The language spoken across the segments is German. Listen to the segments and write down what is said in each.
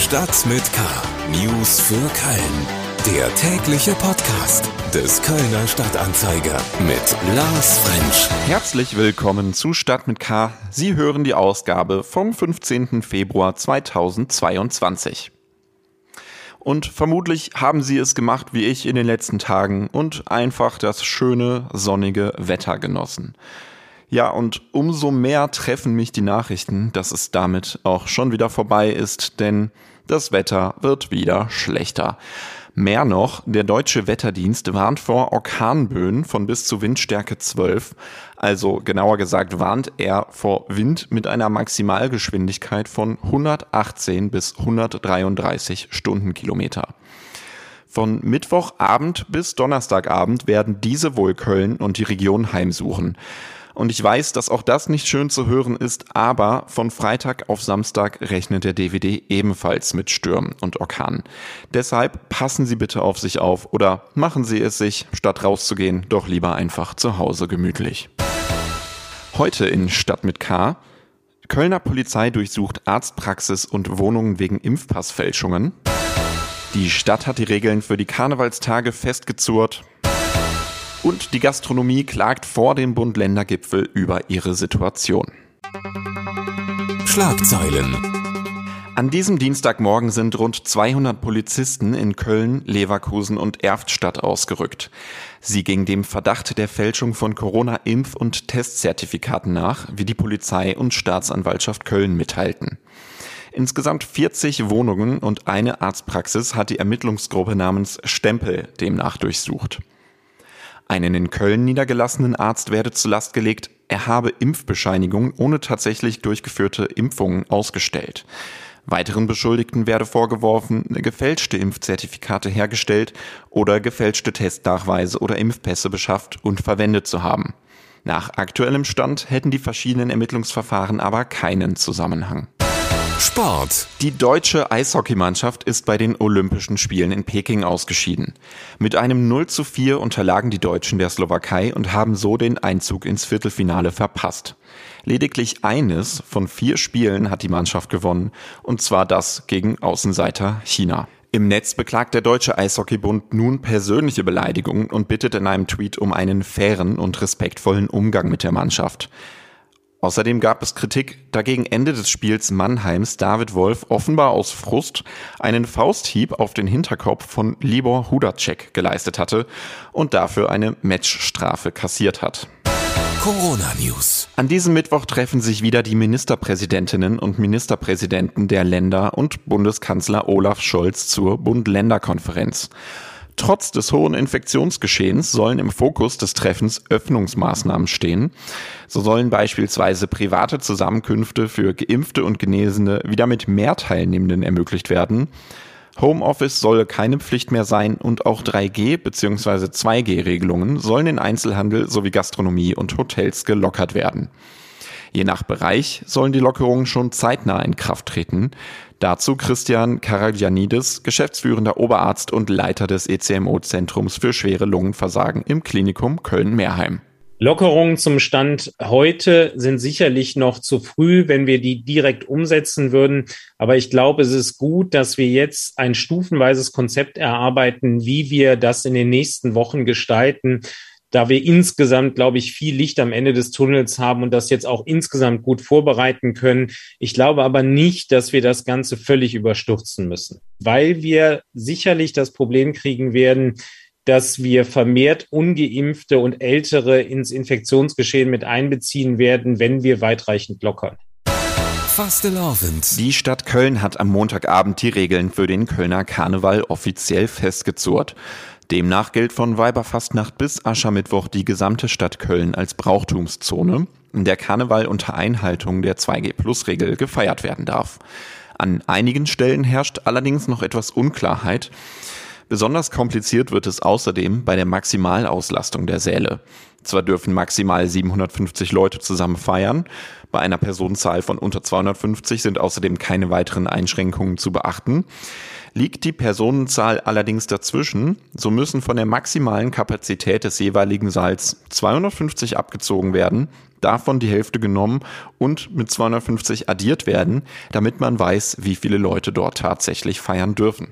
Stadt mit K. News für Köln. Der tägliche Podcast des Kölner Stadtanzeiger mit Lars Frensch. Herzlich willkommen zu Stadt mit K. Sie hören die Ausgabe vom 15. Februar 2022. Und vermutlich haben Sie es gemacht wie ich in den letzten Tagen und einfach das schöne, sonnige Wetter genossen. Ja, und umso mehr treffen mich die Nachrichten, dass es damit auch schon wieder vorbei ist, denn das Wetter wird wieder schlechter. Mehr noch, der Deutsche Wetterdienst warnt vor Orkanböen von bis zu Windstärke 12. Also genauer gesagt warnt er vor Wind mit einer Maximalgeschwindigkeit von 118 bis 133 Stundenkilometer. Von Mittwochabend bis Donnerstagabend werden diese wohl Köln und die Region heimsuchen. Und ich weiß, dass auch das nicht schön zu hören ist, aber von Freitag auf Samstag rechnet der DWD ebenfalls mit Stürmen und Orkanen. Deshalb passen Sie bitte auf sich auf oder machen Sie es sich, statt rauszugehen, doch lieber einfach zu Hause gemütlich. Heute in Stadt mit K. Kölner Polizei durchsucht Arztpraxis und Wohnungen wegen Impfpassfälschungen. Die Stadt hat die Regeln für die Karnevalstage festgezurrt. Und die Gastronomie klagt vor dem Bund-Länder-Gipfel über ihre Situation. Schlagzeilen. An diesem Dienstagmorgen sind rund 200 Polizisten in Köln, Leverkusen und Erftstadt ausgerückt. Sie gingen dem Verdacht der Fälschung von Corona-Impf- und Testzertifikaten nach, wie die Polizei und Staatsanwaltschaft Köln mitteilten. Insgesamt 40 Wohnungen und eine Arztpraxis hat die Ermittlungsgruppe namens Stempel demnach durchsucht. Einen in Köln niedergelassenen Arzt werde zur Last gelegt, er habe Impfbescheinigungen ohne tatsächlich durchgeführte Impfungen ausgestellt. Weiteren Beschuldigten werde vorgeworfen, gefälschte Impfzertifikate hergestellt oder gefälschte Testnachweise oder Impfpässe beschafft und verwendet zu haben. Nach aktuellem Stand hätten die verschiedenen Ermittlungsverfahren aber keinen Zusammenhang. Sport. Die deutsche Eishockeymannschaft ist bei den Olympischen Spielen in Peking ausgeschieden. Mit einem 0:4 unterlagen die Deutschen der Slowakei und haben so den Einzug ins Viertelfinale verpasst. Lediglich eines von 4 Spielen hat die Mannschaft gewonnen, und zwar das gegen Außenseiter China. Im Netz beklagt der Deutsche Eishockeybund nun persönliche Beleidigungen und bittet in einem Tweet um einen fairen und respektvollen Umgang mit der Mannschaft. Außerdem gab es Kritik, da gegen Ende des Spiels Mannheims David Wolf offenbar aus Frust einen Fausthieb auf den Hinterkopf von Libor Hudacek geleistet hatte und dafür eine Matchstrafe kassiert hat. Corona-News. An diesem Mittwoch treffen sich wieder die Ministerpräsidentinnen und Ministerpräsidenten der Länder und Bundeskanzler Olaf Scholz zur Bund-Länder-Konferenz. Trotz des hohen Infektionsgeschehens sollen im Fokus des Treffens Öffnungsmaßnahmen stehen. So sollen beispielsweise private Zusammenkünfte für Geimpfte und Genesene wieder mit mehr Teilnehmenden ermöglicht werden. Homeoffice soll keine Pflicht mehr sein und auch 3G- bzw. 2G-Regelungen sollen in Einzelhandel sowie Gastronomie und Hotels gelockert werden. Je nach Bereich sollen die Lockerungen schon zeitnah in Kraft treten. Dazu Christian Karagianidis, geschäftsführender Oberarzt und Leiter des ECMO-Zentrums für schwere Lungenversagen im Klinikum Köln-Meerheim. Lockerungen zum Stand heute sind sicherlich noch zu früh, wenn wir die direkt umsetzen würden. Aber ich glaube, es ist gut, dass wir jetzt ein stufenweises Konzept erarbeiten, wie wir das in den nächsten Wochen gestalten, da wir insgesamt, glaube ich, viel Licht am Ende des Tunnels haben und das jetzt auch insgesamt gut vorbereiten können. Ich glaube aber nicht, dass wir das Ganze völlig überstürzen müssen, weil wir sicherlich das Problem kriegen werden, dass wir vermehrt Ungeimpfte und Ältere ins Infektionsgeschehen mit einbeziehen werden, wenn wir weitreichend lockern. Fastelavend. Die Stadt Köln hat am Montagabend die Regeln für den Kölner Karneval offiziell festgezurrt. Demnach gilt von Weiberfastnacht bis Aschermittwoch die gesamte Stadt Köln als Brauchtumszone, in der Karneval unter Einhaltung der 2G-Plus-Regel gefeiert werden darf. An einigen Stellen herrscht allerdings noch etwas Unklarheit. Besonders kompliziert wird es außerdem bei der Maximalauslastung der Säle. Zwar dürfen maximal 750 Leute zusammen feiern, bei einer Personenzahl von unter 250 sind außerdem keine weiteren Einschränkungen zu beachten. Liegt die Personenzahl allerdings dazwischen, so müssen von der maximalen Kapazität des jeweiligen Saals 250 abgezogen werden, davon die Hälfte genommen und mit 250 addiert werden, damit man weiß, wie viele Leute dort tatsächlich feiern dürfen.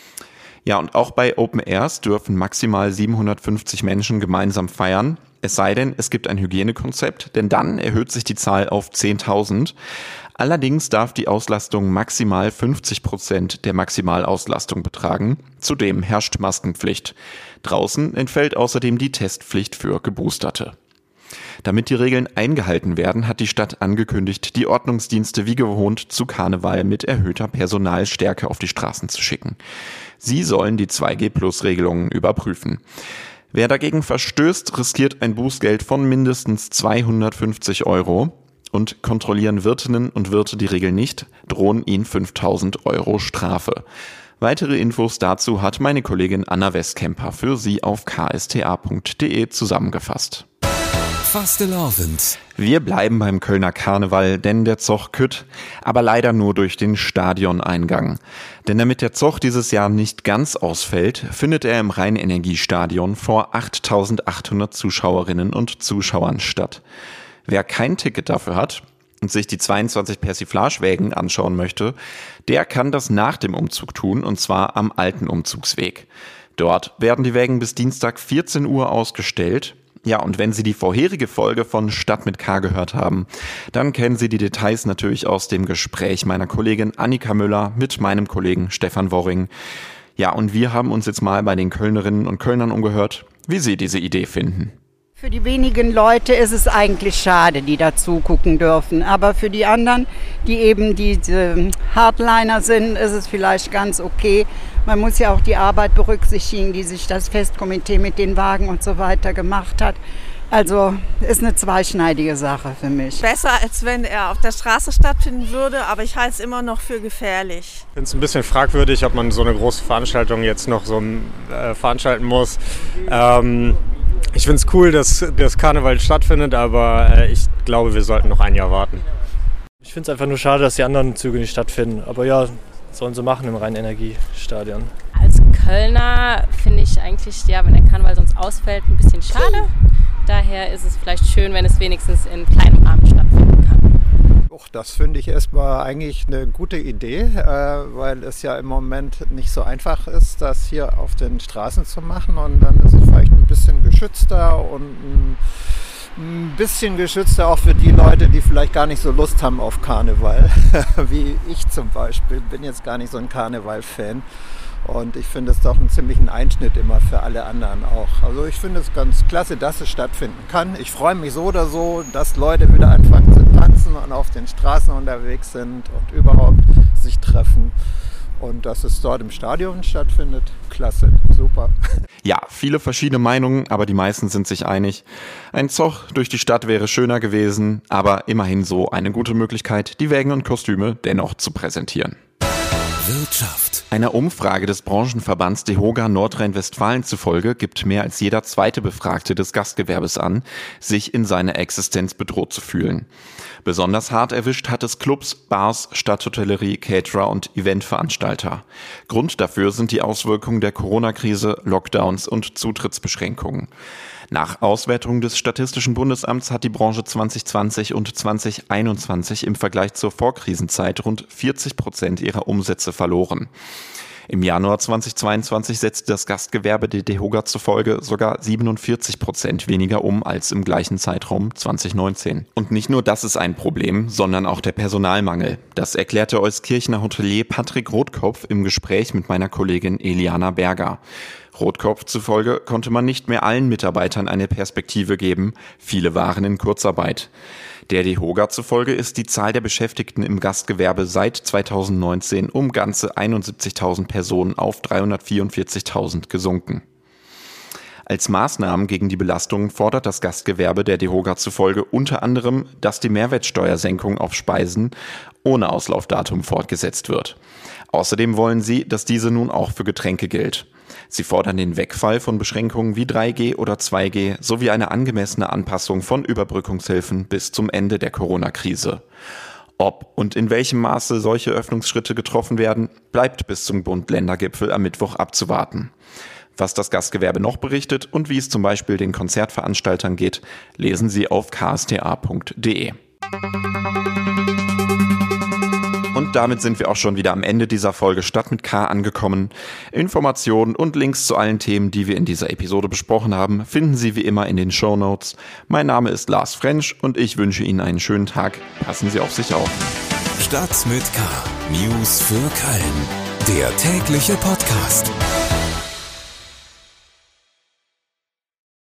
Ja, und auch bei Open Airs dürfen maximal 750 Menschen gemeinsam feiern, es sei denn, es gibt ein Hygienekonzept, denn dann erhöht sich die Zahl auf 10.000. Allerdings darf die Auslastung maximal 50% der Maximalauslastung betragen. Zudem herrscht Maskenpflicht. Draußen entfällt außerdem die Testpflicht für Geboosterte. Damit die Regeln eingehalten werden, hat die Stadt angekündigt, die Ordnungsdienste wie gewohnt zu Karneval mit erhöhter Personalstärke auf die Straßen zu schicken. Sie sollen die 2G-Plus-Regelungen überprüfen. Wer dagegen verstößt, riskiert ein Bußgeld von mindestens 250 €. Und kontrollieren Wirtinnen und Wirte die Regel nicht, drohen ihnen 5.000 € Strafe. Weitere Infos dazu hat meine Kollegin Anna Westkemper für Sie auf ksta.de zusammengefasst. Fastelavend. Wir bleiben beim Kölner Karneval, denn der Zoch kütt, aber leider nur durch den Stadioneingang. Denn damit der Zoch dieses Jahr nicht ganz ausfällt, findet er im Rheinenergiestadion vor 8.800 Zuschauerinnen und Zuschauern statt. Wer kein Ticket dafür hat und sich die 22 Persiflage-Wägen anschauen möchte, der kann das nach dem Umzug tun, und zwar am alten Umzugsweg. Dort werden die Wägen bis Dienstag 14 Uhr ausgestellt. Ja, und wenn Sie die vorherige Folge von Stadt mit K gehört haben, dann kennen Sie die Details natürlich aus dem Gespräch meiner Kollegin Annika Müller mit meinem Kollegen Stefan Worring. Ja, und wir haben uns jetzt mal bei den Kölnerinnen und Kölnern umgehört, wie sie diese Idee finden. Für die wenigen Leute ist es eigentlich schade, die da zugucken dürfen. Aber für die anderen, die eben diese Hardliner sind, ist es vielleicht ganz okay. Man muss ja auch die Arbeit berücksichtigen, die sich das Festkomitee mit den Wagen und so weiter gemacht hat. Also ist eine zweischneidige Sache für mich. Besser, als wenn er auf der Straße stattfinden würde, aber ich halte es immer noch für gefährlich. Ich finde es ein bisschen fragwürdig, ob man so eine große Veranstaltung jetzt noch so veranstalten muss. Ich finde es cool, dass das Karneval stattfindet, aber ich glaube, wir sollten noch ein Jahr warten. Ich finde es einfach nur schade, dass die anderen Züge nicht stattfinden. Aber ja, sollen sie machen im Rheinenergiestadion. Als Kölner finde ich eigentlich, ja, wenn der Karneval sonst ausfällt, ein bisschen schade. Daher ist es vielleicht schön, wenn es wenigstens in kleinem Rahmen stattfinden kann. Das finde ich erstmal eigentlich eine gute Idee, weil es ja im Moment nicht so einfach ist, das hier auf den Straßen zu machen. Und dann ist es vielleicht ein bisschen geschützter und ein bisschen geschützter auch für die Leute, die vielleicht gar nicht so Lust haben auf Karneval, wie ich zum Beispiel. Bin jetzt gar nicht so ein Karneval-Fan. Und ich finde es doch einen ziemlichen Einschnitt immer für alle anderen auch. Also ich finde es ganz klasse, dass es stattfinden kann. Ich freue mich so oder so, dass Leute wieder anfangen zu tanzen und auf den Straßen unterwegs sind und überhaupt sich treffen. Und dass es dort im Stadion stattfindet, klasse, super. Ja, viele verschiedene Meinungen, aber die meisten sind sich einig. Ein Zoch durch die Stadt wäre schöner gewesen, aber immerhin so eine gute Möglichkeit, die Wägen und Kostüme dennoch zu präsentieren. Wirtschaft. Einer Umfrage des Branchenverbands DEHOGA Nordrhein-Westfalen zufolge gibt mehr als jeder zweite Befragte des Gastgewerbes an, sich in seiner Existenz bedroht zu fühlen. Besonders hart erwischt hat es Clubs, Bars, Stadthotellerie, Caterer und Eventveranstalter. Grund dafür sind die Auswirkungen der Corona-Krise, Lockdowns und Zutrittsbeschränkungen. Nach Auswertung des Statistischen Bundesamts hat die Branche 2020 und 2021 im Vergleich zur Vorkrisenzeit rund 40% ihrer Umsätze verloren. Im Januar 2022 setzte das Gastgewerbe der DEHOGA zufolge sogar 47% weniger um als im gleichen Zeitraum 2019. Und nicht nur das ist ein Problem, sondern auch der Personalmangel. Das erklärte Euskirchener Hotelier Patrick Rotkopf im Gespräch mit meiner Kollegin Eliana Berger. Rotkopf zufolge konnte man nicht mehr allen Mitarbeitern eine Perspektive geben, viele waren in Kurzarbeit. Der DEHOGA zufolge ist die Zahl der Beschäftigten im Gastgewerbe seit 2019 um ganze 71.000 Personen auf 344.000 gesunken. Als Maßnahmen gegen die Belastung fordert das Gastgewerbe der DEHOGA zufolge unter anderem, dass die Mehrwertsteuersenkung auf Speisen ohne Auslaufdatum fortgesetzt wird. Außerdem wollen sie, dass diese nun auch für Getränke gilt. Sie fordern den Wegfall von Beschränkungen wie 3G oder 2G sowie eine angemessene Anpassung von Überbrückungshilfen bis zum Ende der Corona-Krise. Ob und in welchem Maße solche Öffnungsschritte getroffen werden, bleibt bis zum Bund-Länder-Gipfel am Mittwoch abzuwarten. Was das Gastgewerbe noch berichtet und wie es zum Beispiel den Konzertveranstaltern geht, lesen Sie auf ksta.de. Und damit sind wir auch schon wieder am Ende dieser Folge Stadt mit K angekommen. Informationen und Links zu allen Themen, die wir in dieser Episode besprochen haben, finden Sie wie immer in den Shownotes. Mein Name ist Lars Frensch und ich wünsche Ihnen einen schönen Tag. Passen Sie auf sich auf. Stadt mit K. News für Köln. Der tägliche Podcast.